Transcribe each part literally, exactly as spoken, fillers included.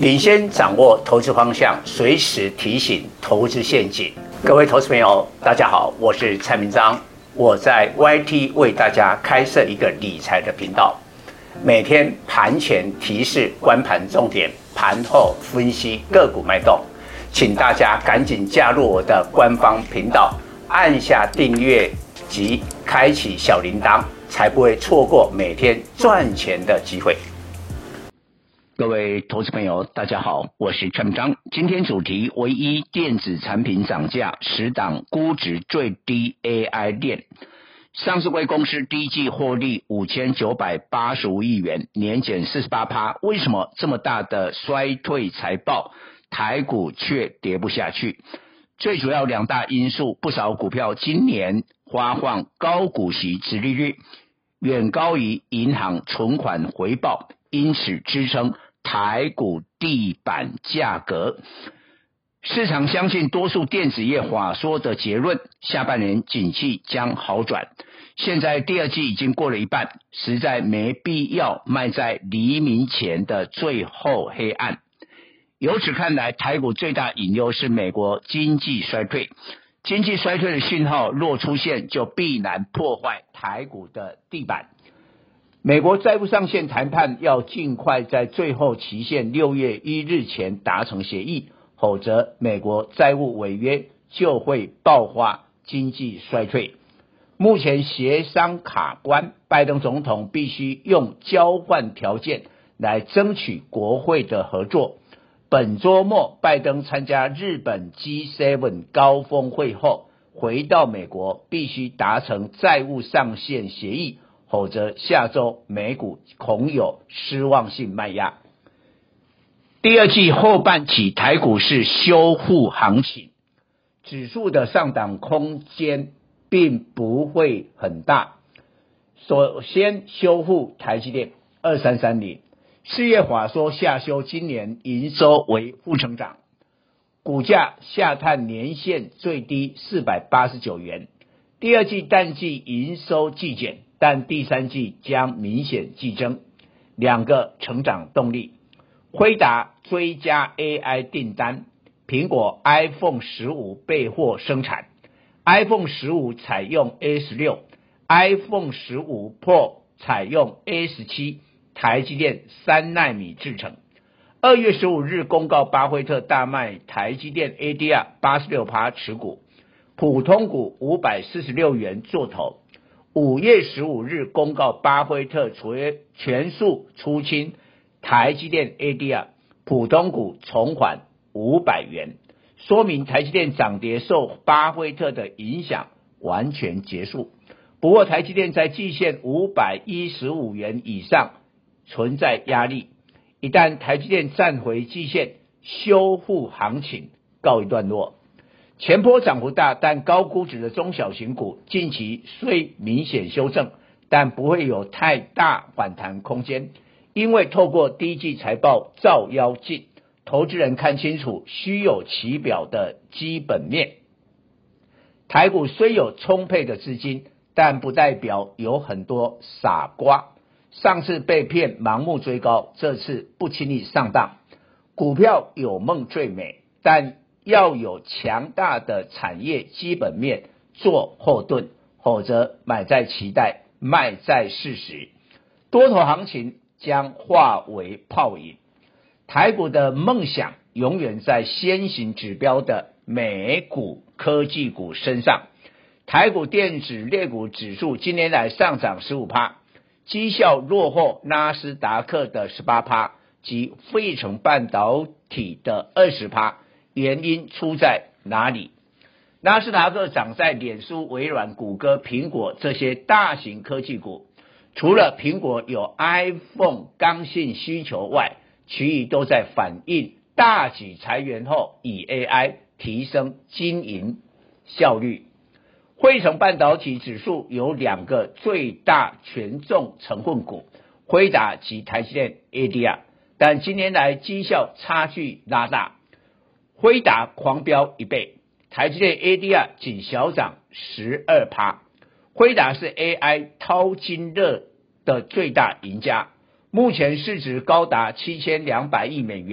领先掌握投资方向，随时提醒投资陷阱。各位投资朋友，大家好，我是蔡明彰，我在 Y T 为大家开设一个理财的频道，每天盘前提示观盘重点，盘后分析个股脉动，请大家赶紧加入我的官方频道，按下订阅及开启小铃铛，才不会错过每天赚钱的机会。各位投资朋友，大家好，我是陈章。今天主题：唯一电子产品涨价，十档估值最低 A I 链。上市柜公司第一季获利五千九百八十五亿元，年减 百分之四十八。为什么这么大的衰退财报，台股却跌不下去？最主要两大因素，不少股票今年发放高股息殖利率，远高于银行存款回报，因此支撑台股地板价格。市场相信多数电子业法说的结论，下半年景气将好转。现在第二季已经过了一半，实在没必要卖在黎明前的最后黑暗。由此看来，台股最大隐忧是美国经济衰退。经济衰退的讯号若出现，就必然破坏台股的地板。美国债务上限谈判要尽快在最后期限六月一日前达成协议，否则美国债务违约就会爆发经济衰退。目前协商卡关，拜登总统必须用交换条件来争取国会的合作。本周末拜登参加日本 G 七 高峰会后回到美国，必须达成债务上限协议，否则下周美股恐有失望性卖压。第二季后半起台股是修复行情，指数的上档空间并不会很大。首先修复台积电二三三零，四月法说下修今年营收为负成长，股价下探年线最低四百八十九元。第二季淡季营收季减，但第三季将明显季增，两个成长动力。辉达追加 A I 订单，苹果 iPhone 十五备货生产， iPhone 十五采用 A 十六， iPhone 十五 Pro 采用 A 十七， 台积电三奈米制程。二月十五日公告，巴菲特大卖台积电 A D R 八十六%持股，普通股五百四十六元做头。五月十五日公告，巴菲特全数出清台积电 A D R， 普通股重返五百元，说明台积电涨跌受巴菲特的影响完全结束。不过台积电在季线五百一十五元以上存在压力，一旦台积电站回季线，修复行情告一段落。前波涨幅大但高估值的中小型股近期虽明显修正，但不会有太大反弹空间，因为透过第一季财报照妖镜，投资人看清楚虚有其表的基本面。台股虽有充沛的资金，但不代表有很多傻瓜。上次被骗盲目追高，这次不轻易上当。股票有梦最美，但要有强大的产业基本面做后盾，否则买在期待，卖在事实，多头行情将化为泡影。台股的梦想永远在先行指标的美股科技股身上。台股电子类股指数今年来上涨 百分之十五， 绩效落后纳斯达克的 百分之十八 及费城半导体的 百分之二十，原因出在哪里？纳斯达克涨在脸书、微软、谷歌、苹果这些大型科技股，除了苹果有 iPhone 刚性需求外，其余都在反映大举裁员后以 A I 提升经营效率。汇成半导体指数有两个最大权重成分股，辉达及台积电 A D R， 但今年来绩效差距拉大。辉达狂飙一倍，台积电 A D R 仅小涨 百分之十二。 辉达是 A I 淘金热的最大赢家，目前市值高达七千两百亿美元，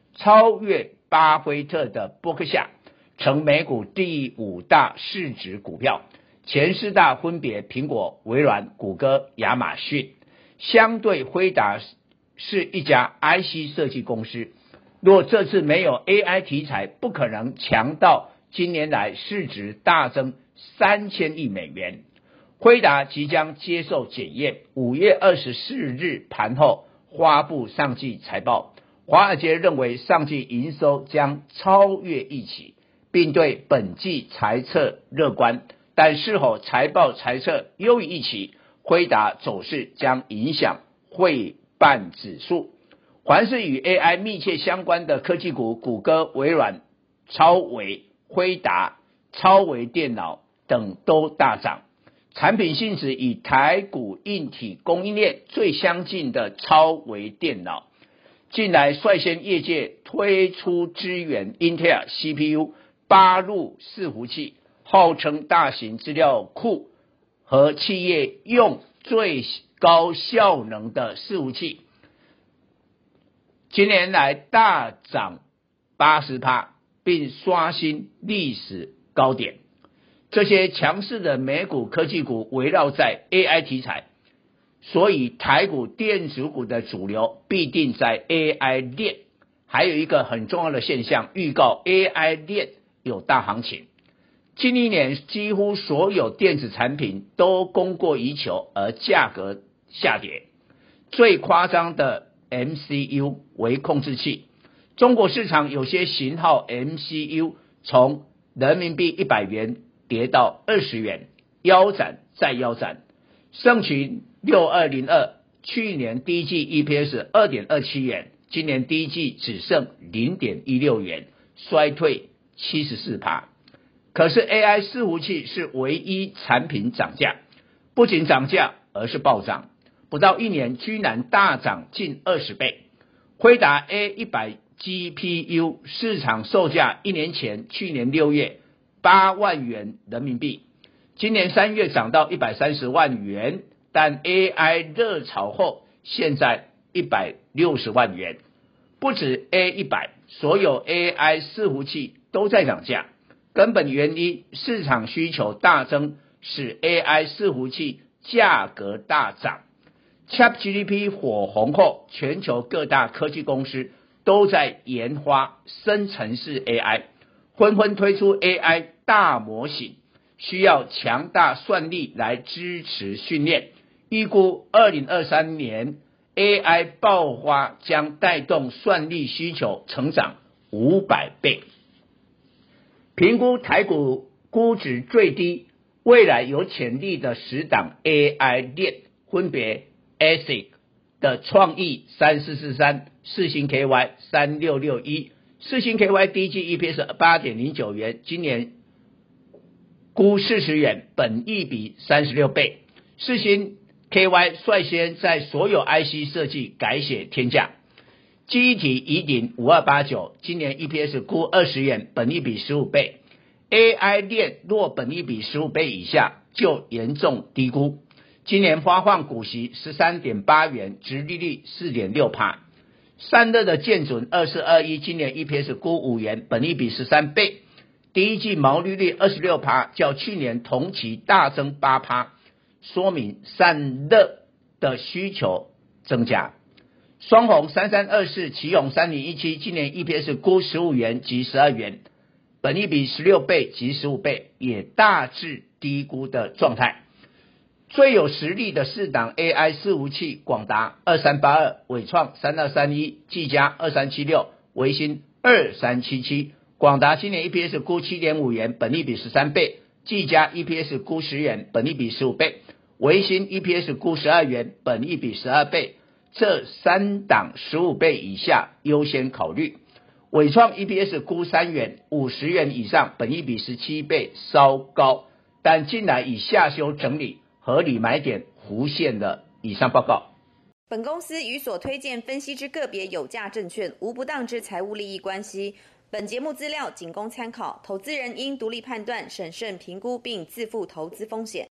超越巴菲特的伯克夏，成美股第五大市值股票。前四大分别苹果、微软、谷歌、亚马逊。相对辉达是一家 I C 设计公司，若这次没有 A I 题材，不可能强到今年来市值大增三千亿美元。辉达即将接受检验，五月二十四日盘后发布上季财报，华尔街认为上季营收将超越预期，并对本季财测乐观，但是否财报财测优于预期，辉达走势将影响汇办指数。凡是与 A I 密切相关的科技股，谷歌、微软、超微、辉达、超微电脑等都大涨。产品性质与台股硬体供应链最相近的超微电脑，近来率先业界推出支援 Intel C P U 八路伺服器，号称大型资料库和企业用最高效能的伺服器，今年来大涨 百分之八十， 并刷新历史高点。这些强势的美股科技股围绕在 A I 题材，所以台股电子股的主流必定在 A I 链。还有一个很重要的现象，预告 A I 链有大行情。近一年几乎所有电子产品都供过于求，而价格下跌。最夸张的 M C U 微控制器，中国市场有些型号 M C U 从人民币一百元跌到二十元，腰斩再腰斩。盛群六二零二去年第一季 E P S 二点二七元，今年第一季只剩 零点一六元，衰退 百分之七十四。可是 A I 伺服器是唯一产品涨价，不仅涨价而是暴涨，不到一年居然大涨近二十倍。辉达 A 一百 G P U 市场售价一年前去年六月八万元人民币，今年三月涨到一百三十万元，但 A I 热潮后现在一百六十万元。不止 A 一百， 所有 A I 伺服器都在涨价，根本原因市场需求大增，使 A I 伺服器价格大涨。 ChatGPT 火红后，全球各大科技公司都在研发生成式 A I， 纷纷推出 A I 大模型，需要强大算力来支持训练。预估二零二三年 A I 爆发将带动算力需求成长五百倍。评估台股估值最低，未来有潜力的十档 A I 链，分别 A S I C 的创意三四四三、世芯 K Y 三六六一。世芯 K Y 第一季 E P S 八点零九元，今年估四十元，本益比三十六倍。世芯 K Y 率先在所有 I C 设计改写天价。记忆体宜鼎五二八九，今年 E P S 估二十元，本益比十五倍。A I 链若本益比十五倍以下，就严重低估。今年发放股息 十三点八元，殖利率 百分之四点六。散热的建准二四二一，今年 E P S 估五元，本益比十三倍。第一季毛利率 百分之二十六， 较去年同期大增 百分之八， 说明散热的需求增加。双鸿三三二四，奇鋐三零一七，今年 E P S 估十五元及十二元，本益比十六倍及十五倍，也大致低估的状态。最有实力的四档 A I 伺服器，广达二三八二，伟创三二三一，技嘉二三七六，微星二三七七。广达今年 E P S 估 七点五元，本益比十三倍，技嘉 E P S 估十元，本益比十五倍，微星 E P S 估十二元，本益比十二倍。这三档十五倍以下优先考虑。伟创 E P S 估三元，五十元以上，本益比十七倍，稍高，但近来以下修整理，合理买点弧线的。以上报告。 本公司与所推荐分析之个别有价证券无不当之财务利益关系。本节目资料仅供参考，投资人应独立判断、审慎评估并自负投资风险。